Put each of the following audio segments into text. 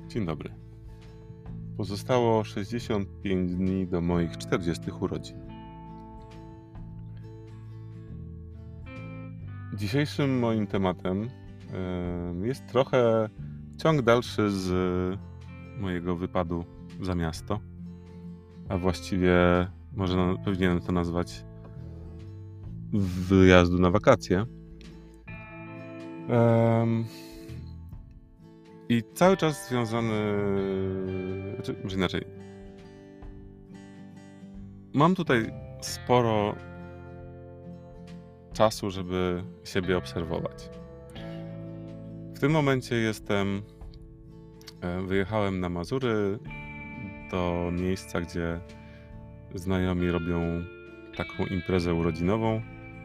Dzień dobry. Pozostało 65 dni do moich 40 urodzin. Dzisiejszym moim tematem jest trochę ciąg dalszy z mojego wypadu za miasto, a właściwie powinienem to nazwać wyjazdu na wakacje. I cały czas związany, może inaczej. Mam tutaj sporo czasu, żeby siebie obserwować. W tym momencie wyjechałem na Mazury do miejsca, gdzie znajomi robią taką imprezę urodzinową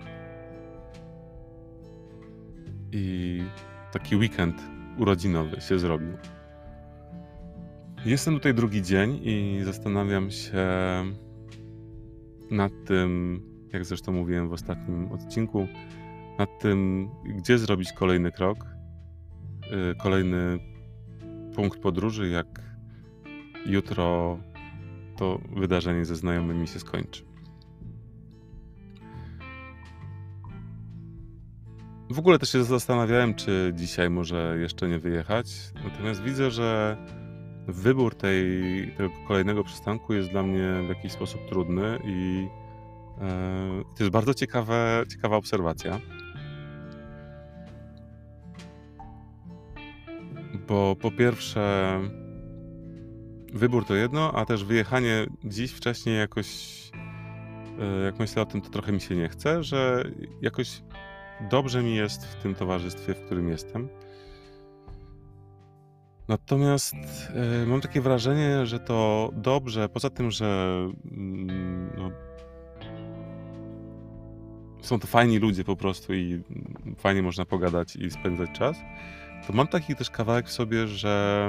i taki weekend urodzinowy się zrobił. Jestem tutaj drugi dzień i zastanawiam się nad tym, jak zresztą mówiłem w ostatnim odcinku, nad tym, gdzie zrobić kolejny krok, kolejny punkt podróży, jak jutro to wydarzenie ze znajomymi się skończy. W ogóle też się zastanawiałem, czy dzisiaj może jeszcze nie wyjechać, natomiast widzę, że wybór tego kolejnego przystanku jest dla mnie w jakiś sposób trudny i to jest bardzo ciekawa obserwacja. Bo po pierwsze wybór to jedno, a też wyjechanie dziś wcześniej jakoś, jak myślę o tym, to trochę mi się nie chce, że jakoś dobrze mi jest w tym towarzystwie, w którym jestem. Natomiast mam takie wrażenie, że to dobrze, poza tym, że są to fajni ludzie po prostu i fajnie można pogadać i spędzać czas, to mam taki też kawałek w sobie, że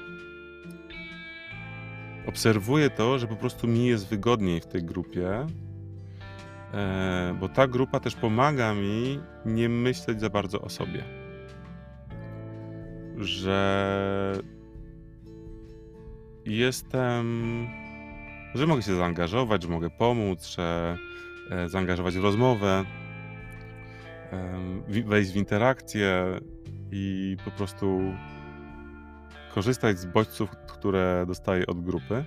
obserwuję to, że po prostu mi jest wygodniej w tej grupie, bo ta grupa też pomaga mi nie myśleć za bardzo o sobie. Że mogę się zaangażować, że mogę pomóc, że zaangażować w rozmowę, wejść w interakcję i po prostu korzystać z bodźców, które dostaję od grupy.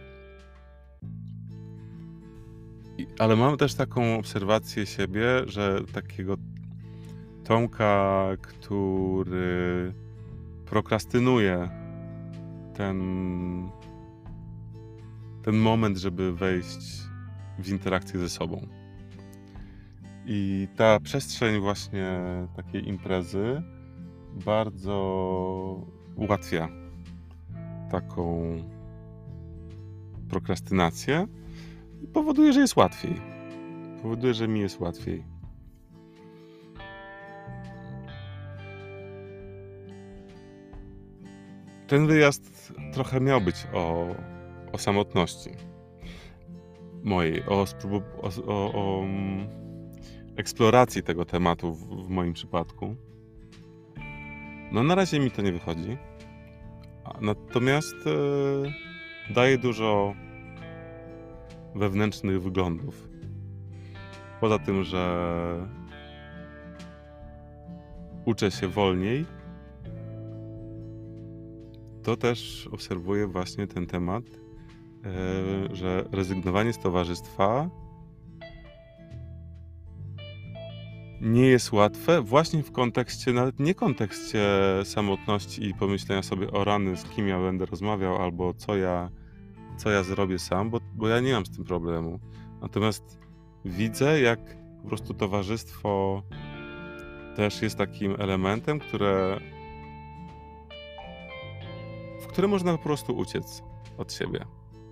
Ale mam też taką obserwację siebie, że takiego Tomka, który prokrastynuje ten moment, żeby wejść w interakcję ze sobą. I ta przestrzeń właśnie takiej imprezy bardzo ułatwia taką prokrastynację i powoduje, że jest łatwiej. Powoduje, że mi jest łatwiej. Ten wyjazd trochę miał być o samotności mojej, o eksploracji tego tematu w moim przypadku. No na razie mi to nie wychodzi, natomiast daje dużo wewnętrznych wyglądów. Poza tym, że uczę się wolniej, to też obserwuję właśnie ten temat, że rezygnowanie z towarzystwa nie jest łatwe właśnie w kontekście, nawet nie kontekście samotności i pomyślenia sobie o rany, z kim ja będę rozmawiał albo co ja zrobię sam, bo ja nie mam z tym problemu. Natomiast widzę, jak po prostu towarzystwo też jest takim elementem, w którym można po prostu uciec od siebie.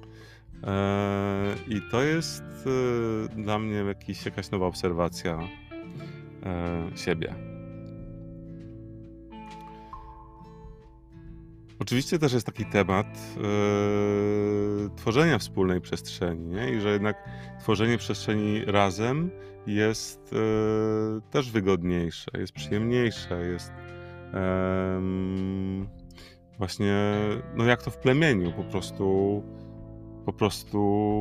I to jest dla mnie jakaś nowa obserwacja siebie. Oczywiście też jest taki temat tworzenia wspólnej przestrzeni, nie? I że jednak tworzenie przestrzeni razem jest też wygodniejsze, jest przyjemniejsze, jest właśnie, no jak to w plemieniu, po prostu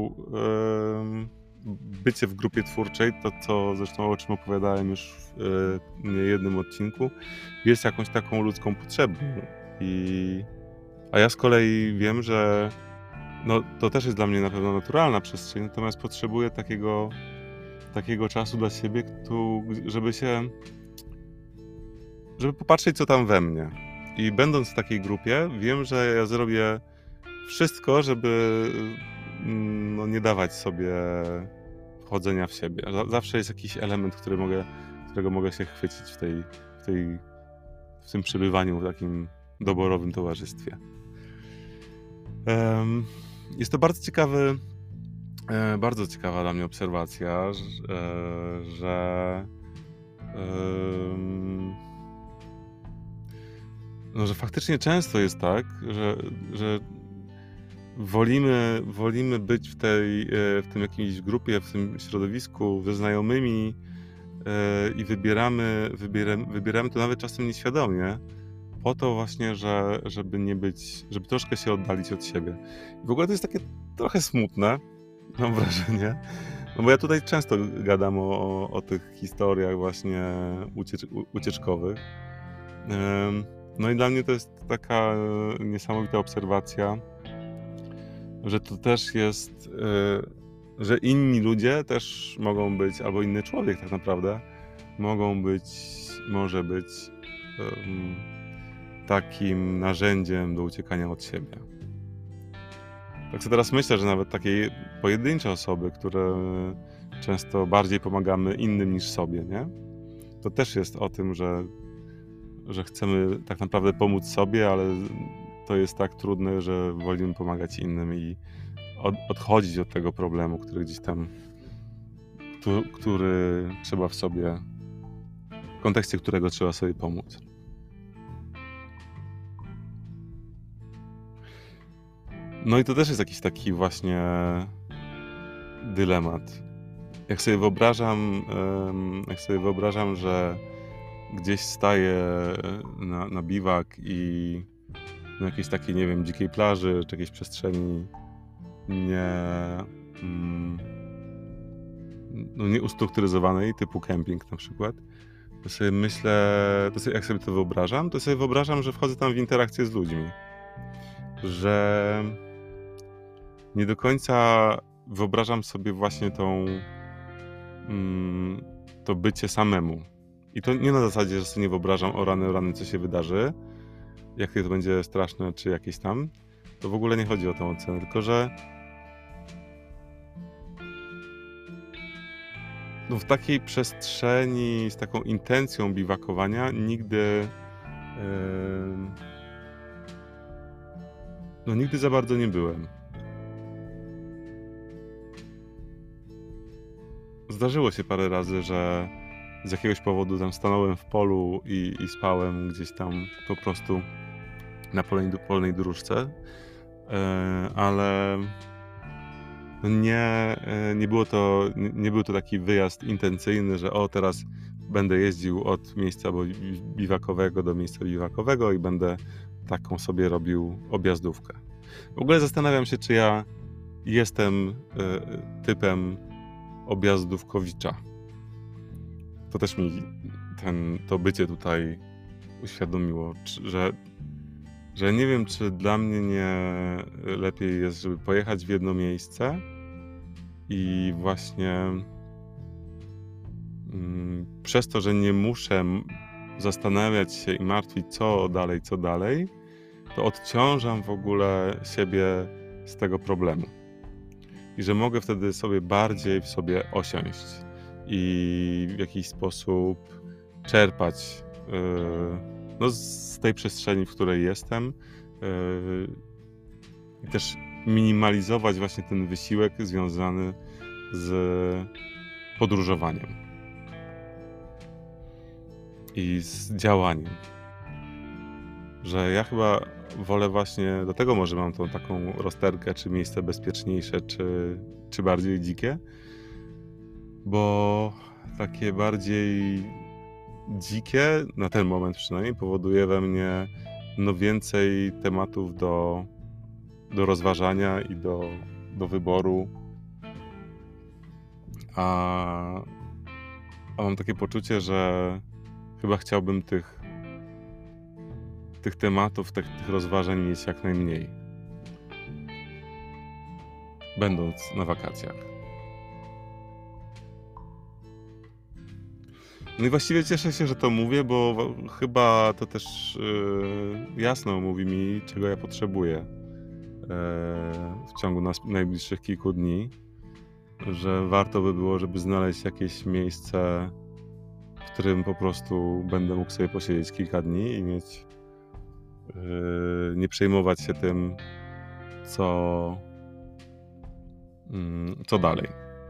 bycie w grupie twórczej, to co zresztą o czym opowiadałem już w niejednym odcinku, jest jakąś taką ludzką potrzebą. A ja z kolei wiem, że no, to też jest dla mnie na pewno naturalna przestrzeń, natomiast potrzebuję takiego czasu dla siebie, żeby popatrzeć, co tam we mnie. I będąc w takiej grupie, wiem, że ja zrobię wszystko, żeby no, nie dawać sobie wchodzenia w siebie. Zawsze jest jakiś element, którego mogę się chwycić w tym przebywaniu w takim doborowym towarzystwie. Jest to bardzo ciekawa dla mnie obserwacja, że faktycznie często jest tak, że wolimy być w tym jakiejś grupie, w tym środowisku ze znajomymi i wybieramy to nawet czasem nieświadomie, po to właśnie, żeby troszkę się oddalić od siebie. I w ogóle to jest takie trochę smutne, mam wrażenie, no bo ja tutaj często gadam o tych historiach właśnie ucieczkowych. No i dla mnie to jest taka niesamowita obserwacja, że to też jest, że inni ludzie też mogą być, albo inny człowiek tak naprawdę, może być takim narzędziem do uciekania od siebie. Tak sobie teraz myślę, że nawet takie pojedyncze osoby, które często bardziej pomagamy innym niż sobie, nie? To też jest o tym, że chcemy tak naprawdę pomóc sobie, ale to jest tak trudne, że wolimy pomagać innym i odchodzić od tego problemu, który trzeba w kontekście którego trzeba sobie pomóc. No i to też jest jakiś taki właśnie dylemat. Jak sobie wyobrażam, że gdzieś staję na biwak i na jakiejś takiej, nie wiem, dzikiej plaży, czy jakiejś przestrzeni nieustrukturyzowanej, typu kemping na przykład, to sobie myślę, jak sobie to wyobrażam, że wchodzę tam w interakcję z ludźmi. Że nie do końca wyobrażam sobie właśnie to bycie samemu. I to nie na zasadzie, że sobie nie wyobrażam o rany, co się wydarzy, jakie to będzie straszne, czy jakieś tam. To w ogóle nie chodzi o tę ocenę, tylko że no w takiej przestrzeni z taką intencją biwakowania nigdy za bardzo nie byłem. Zdarzyło się parę razy, że z jakiegoś powodu tam stanąłem w polu i spałem gdzieś tam po prostu na polnej dróżce, ale nie był to taki wyjazd intencyjny, że teraz będę jeździł od miejsca biwakowego do miejsca biwakowego i będę taką sobie robił objazdówkę. W ogóle zastanawiam się, czy ja jestem typem objazdówkowicza. To też mi to bycie tutaj uświadomiło, że nie wiem, czy dla mnie nie lepiej jest, żeby pojechać w jedno miejsce i właśnie przez to, że nie muszę zastanawiać się i martwić, co dalej, to odciążam w ogóle siebie z tego problemu. I że mogę wtedy sobie bardziej w sobie osiąść i w jakiś sposób czerpać z tej przestrzeni, w której jestem i też minimalizować właśnie ten wysiłek związany z podróżowaniem i z działaniem. Że ja chyba wolę właśnie, do tego może mam tą taką rozterkę, czy miejsce bezpieczniejsze, czy bardziej dzikie, bo takie bardziej dzikie, na ten moment przynajmniej, powoduje we mnie no więcej tematów do rozważania i do wyboru. A mam takie poczucie, że chyba chciałbym tych tematów, tych rozważań mieć jak najmniej, będąc na wakacjach. No i właściwie cieszę się, że to mówię, bo chyba to też jasno mówi mi, czego ja potrzebuję w ciągu najbliższych kilku dni, że warto by było, żeby znaleźć jakieś miejsce, w którym po prostu będę mógł sobie posiedzieć kilka dni i mieć nie przejmować się tym, co dalej.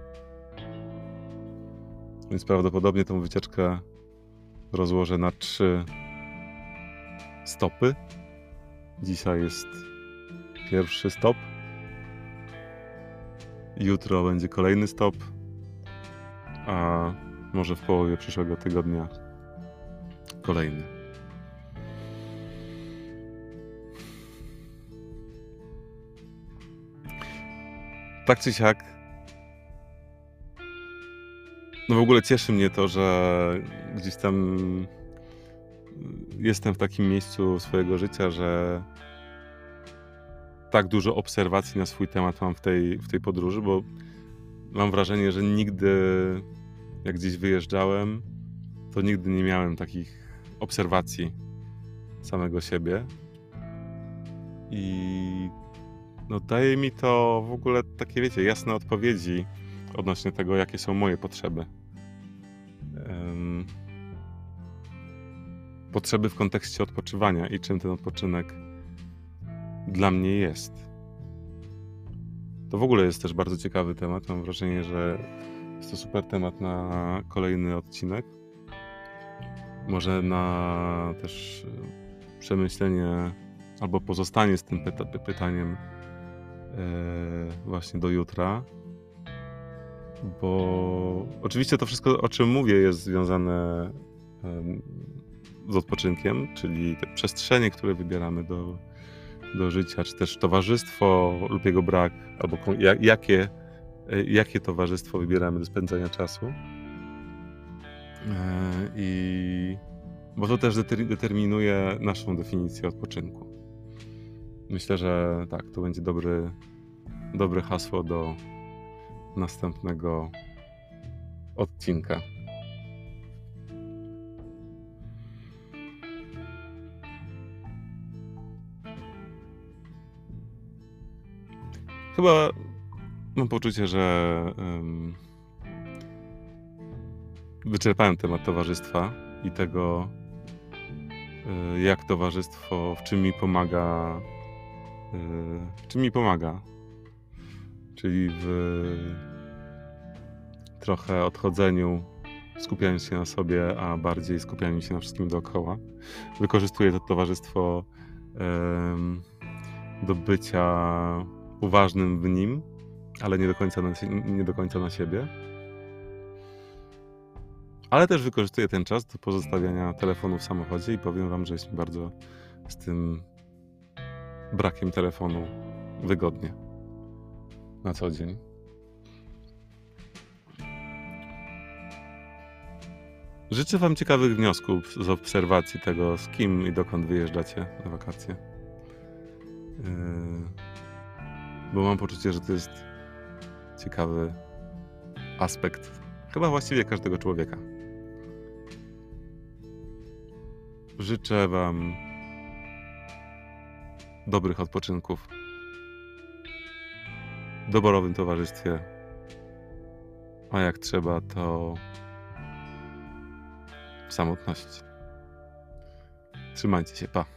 Więc prawdopodobnie tą wycieczkę rozłożę na 3 stopy. Dzisiaj jest pierwszy stop. Jutro będzie kolejny stop. A może w połowie przyszłego tygodnia kolejny. Tak czy siak, no w ogóle cieszy mnie to, że gdzieś tam jestem w takim miejscu swojego życia, że tak dużo obserwacji na swój temat mam w tej podróży, bo mam wrażenie, że nigdy, jak gdzieś wyjeżdżałem, to nigdy nie miałem takich obserwacji samego siebie. I no daje mi to w ogóle takie, wiecie, jasne odpowiedzi odnośnie tego, jakie są moje potrzeby. Potrzeby w kontekście odpoczywania i czym ten odpoczynek dla mnie jest. To w ogóle jest też bardzo ciekawy temat. Mam wrażenie, że jest to super temat na kolejny odcinek. Może na też przemyślenie albo pozostanie z tym pytaniem właśnie do jutra. Bo oczywiście to wszystko, o czym mówię, jest związane z odpoczynkiem, czyli te przestrzenie, które wybieramy do życia, czy też towarzystwo lub jego brak, albo jakie towarzystwo wybieramy do spędzania czasu. Bo to też determinuje naszą definicję odpoczynku. Myślę, że tak, to będzie dobre hasło do następnego odcinka. Chyba mam poczucie, że wyczerpałem temat towarzystwa i tego, jak towarzystwo, w czym mi pomaga. Czyli w trochę odchodzeniu, skupianiu się na sobie, a bardziej skupianiu się na wszystkim dookoła. Wykorzystuję to towarzystwo do bycia uważnym w nim, ale nie do końca na siebie. Ale też wykorzystuję ten czas do pozostawiania telefonu w samochodzie i powiem wam, że jest mi bardzo z tym brakiem telefonu wygodnie na co dzień. Życzę wam ciekawych wniosków z obserwacji tego, z kim i dokąd wyjeżdżacie na wakacje. Bo mam poczucie, że to jest ciekawy aspekt chyba właściwie każdego człowieka. Życzę wam dobrych odpoczynków w doborowym towarzystwie, a jak trzeba, to w samotności. Trzymajcie się, pa.